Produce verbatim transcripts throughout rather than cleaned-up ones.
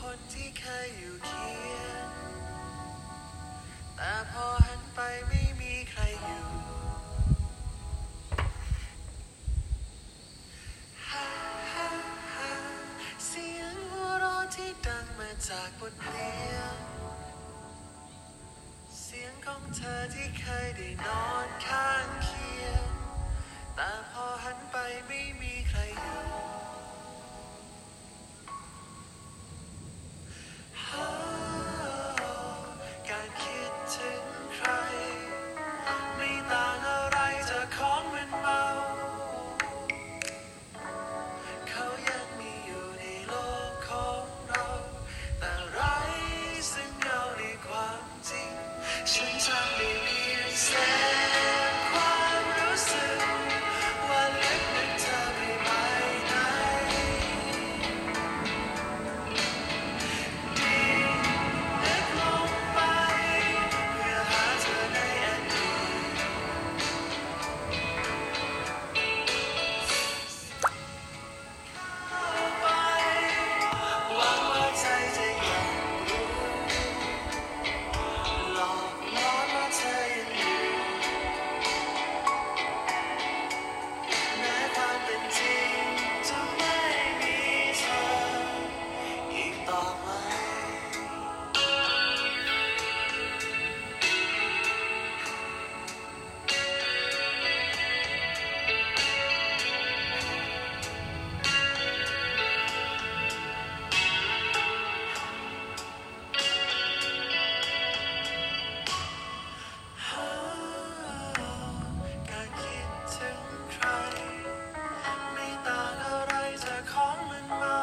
คนที่เคยอยู่เคียงแต่พอหันไปไม่มีใครอยู่ฮ่าฮ่าฮ่าเสียงหัวเราะที่ดังมาจากบนเตียงเสียงของเธอที่เคยได้นอนข้างเคียงแต่พอหันไปไม่มีใครอยู่การคิดถึงใครไม่ต่างอะไรจากของมึนเมาเขายังมีอยู่ในโลกของเราแต่ไร้ซึ่งเงาในความจริงฉันทำได้เพียงแสดงความรู้สึกว่าลึกๆเธอไม่ไปไหนดีลึกลงไปเพื่อหาเธอในอดีตเข้าไปหวังว่าใจจะยังรู้หลอกล้อนว่าเธอยังอยู่แม้ความเป็นจริงจะไม่มีเธออีกต่อไปการคิดถึงใครไม่ต่างอะไรจากของมึนเมา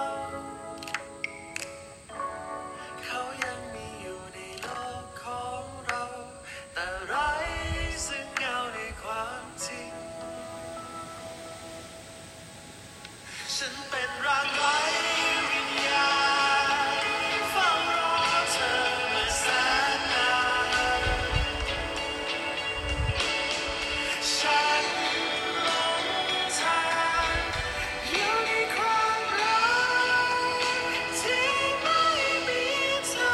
เขายังมีอยู่ในโลกของเราแต่ไร้ซึ่งเงาในความจริงฉันเป็นร่างไร้วิญญาณเฝ้ารอเธอมาแสนนานฉันหลงทางอยู่ในความรักที่ไม่มีเธอ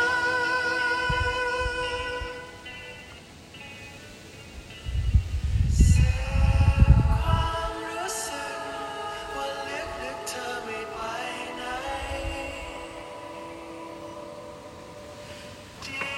เสียความรู้สึกว่าลึกๆเธอไม่ไปไหนดี